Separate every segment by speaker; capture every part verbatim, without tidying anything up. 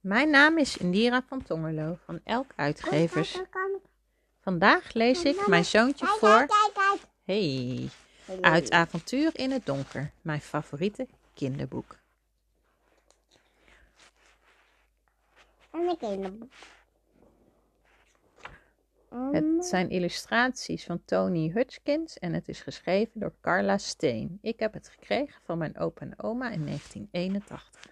Speaker 1: Mijn naam is Indira van Tongerlo van Elk Uitgevers. Vandaag lees ik mijn zoontje voor hey, uit Avontuur in het Donker, mijn favoriete kinderboek.
Speaker 2: Een kinderboek.
Speaker 1: Het zijn illustraties van Tony Hutchins en het is geschreven door Carla Steen. Ik heb het gekregen van mijn opa en oma in negentien eenentachtig.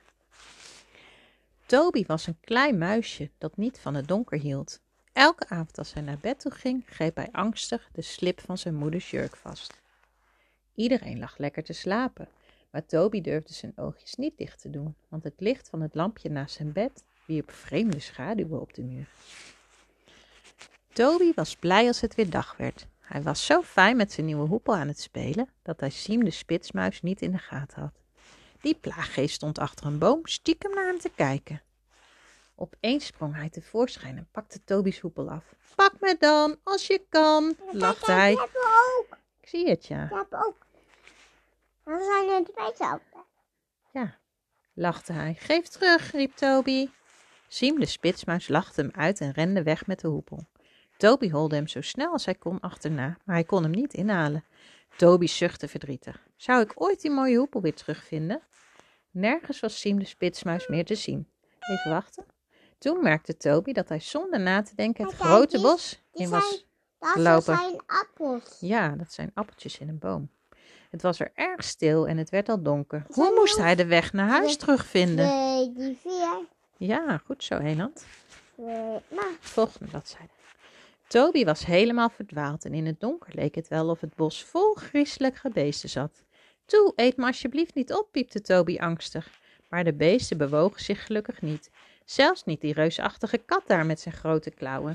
Speaker 1: Toby was een klein muisje dat niet van het donker hield. Elke avond als hij naar bed toe ging, greep hij angstig de slip van zijn moeders jurk vast. Iedereen lag lekker te slapen, maar Toby durfde zijn oogjes niet dicht te doen, want het licht van het lampje naast zijn bed wierp vreemde schaduwen op de muur. Toby was blij als het weer dag werd. Hij was zo fijn met zijn nieuwe hoepel aan het spelen, dat hij Siem de spitsmuis niet in de gaten had. Die plaaggeest stond achter een boom stiekem naar hem te kijken. Opeens sprong hij tevoorschijn en pakte Toby's hoepel af. Pak me dan, als je kan, lachte hij.
Speaker 2: Ik heb er ook.
Speaker 1: Ik zie het, ja.
Speaker 2: Ik heb ook. Dan zijn er twee zelfde.
Speaker 1: Ja, lachte hij. Geef terug, riep Toby. Siem de spitsmuis lachte hem uit en rende weg met de hoepel. Toby holde hem zo snel als hij kon achterna, maar hij kon hem niet inhalen. Toby zuchtte verdrietig. Zou ik ooit die mooie hoepel weer terugvinden? Nergens was Siem de spitsmuis meer te zien. Even wachten. Toen merkte Toby dat hij zonder na te denken het
Speaker 2: Kijk,
Speaker 1: grote
Speaker 2: die-
Speaker 1: bos
Speaker 2: die
Speaker 1: in was
Speaker 2: zijn- Dat
Speaker 1: gelopen.
Speaker 2: zijn appels.
Speaker 1: Ja, dat zijn appeltjes in een boom. Het was er erg stil en het werd al donker.
Speaker 2: Zijn
Speaker 1: Hoe
Speaker 2: er
Speaker 1: moest
Speaker 2: ook-
Speaker 1: hij de weg naar huis
Speaker 2: Nee.
Speaker 1: terugvinden?
Speaker 2: Twee, die vier.
Speaker 1: Ja, goed zo, Heland.
Speaker 2: Twee, nou,
Speaker 1: Volgende bladzijde. Toby was helemaal verdwaald en in het donker leek het wel of het bos vol griezelige beesten zat. Toe, eet me alsjeblieft niet op, piepte Toby angstig. Maar de beesten bewogen zich gelukkig niet. Zelfs niet die reusachtige kat daar met zijn grote klauwen.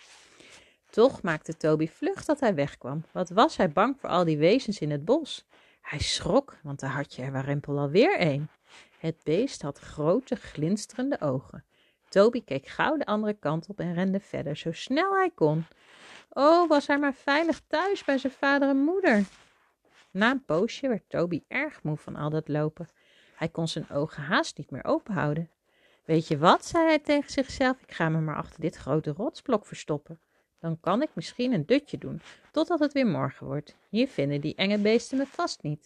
Speaker 1: Toch maakte Toby vlug dat hij wegkwam. Wat was hij bang voor al die wezens in het bos. Hij schrok, want daar had je er warempel alweer een. Het beest had grote, glinsterende ogen. Toby keek gauw de andere kant op en rende verder, zo snel hij kon. Oh, was hij maar veilig thuis bij zijn vader en moeder. Na een poosje werd Toby erg moe van al dat lopen. Hij kon zijn ogen haast niet meer openhouden. Weet je wat, zei hij tegen zichzelf, ik ga me maar achter dit grote rotsblok verstoppen. Dan kan ik misschien een dutje doen, totdat het weer morgen wordt. Hier vinden die enge beesten me vast niet.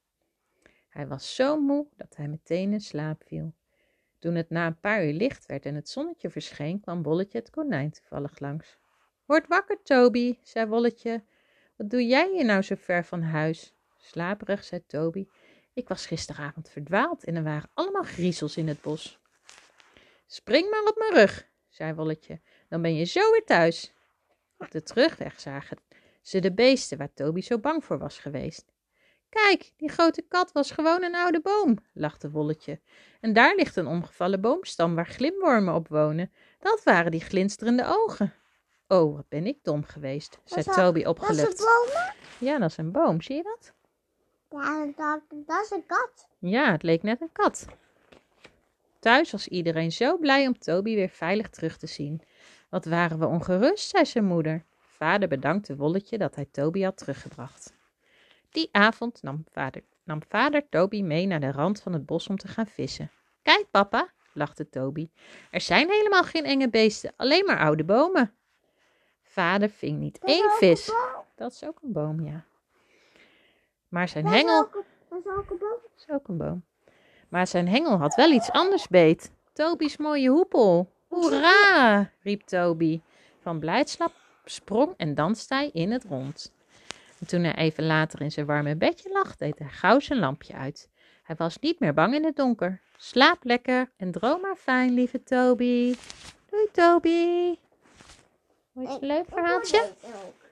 Speaker 1: Hij was zo moe dat hij meteen in slaap viel. Toen het na een paar uur licht werd en het zonnetje verscheen, kwam Wolletje het konijn toevallig langs. Word wakker, Toby, zei Wolletje. Wat doe jij hier nou zo ver van huis? Slaperig, zei Toby. Ik was gisteravond verdwaald en er waren allemaal griezels in het bos. Spring maar op mijn rug, zei Wolletje. Dan ben je zo weer thuis. Op de terugweg zagen ze de beesten waar Toby zo bang voor was geweest. Kijk, die grote kat was gewoon een oude boom, lachte Wolletje. En daar ligt een omgevallen boomstam waar glimwormen op wonen. Dat waren die glinsterende ogen. Oh, wat ben ik dom geweest, zei
Speaker 2: Dat is
Speaker 1: Toby
Speaker 2: dat is een
Speaker 1: opgelucht.
Speaker 2: boom.
Speaker 1: Ja, dat is een boom, zie je dat?
Speaker 2: Ja, dat, dat is een kat.
Speaker 1: Ja, het leek net een kat. Thuis was iedereen zo blij om Toby weer veilig terug te zien. Wat waren we ongerust, zei zijn moeder. Vader bedankte Wolletje dat hij Toby had teruggebracht. Die avond nam vader, nam vader Toby mee naar de rand van het bos om te gaan vissen. Kijk, papa, lachte Toby. Er zijn helemaal geen enge beesten, alleen maar oude bomen. Vader ving niet
Speaker 2: Dat is
Speaker 1: één
Speaker 2: ook
Speaker 1: vis.
Speaker 2: een boom.
Speaker 1: Dat is ook een boom, ja. Maar zijn
Speaker 2: Dat is
Speaker 1: hengel...
Speaker 2: ook een- Dat is ook een boom.
Speaker 1: Dat is ook een boom. Maar zijn hengel had wel iets anders beet. Toby's mooie hoepel. Hoera, riep Toby. Van blijdschap sprong en danste hij in het rond. En toen hij even later in zijn warme bedje lag, deed hij gauw zijn lampje uit. Hij was niet meer bang in het donker. Slaap lekker en droom maar fijn, lieve Toby. Doei, Toby. Vond je het een leuk
Speaker 2: Ik hoor
Speaker 1: verhaaltje?
Speaker 2: deze ook.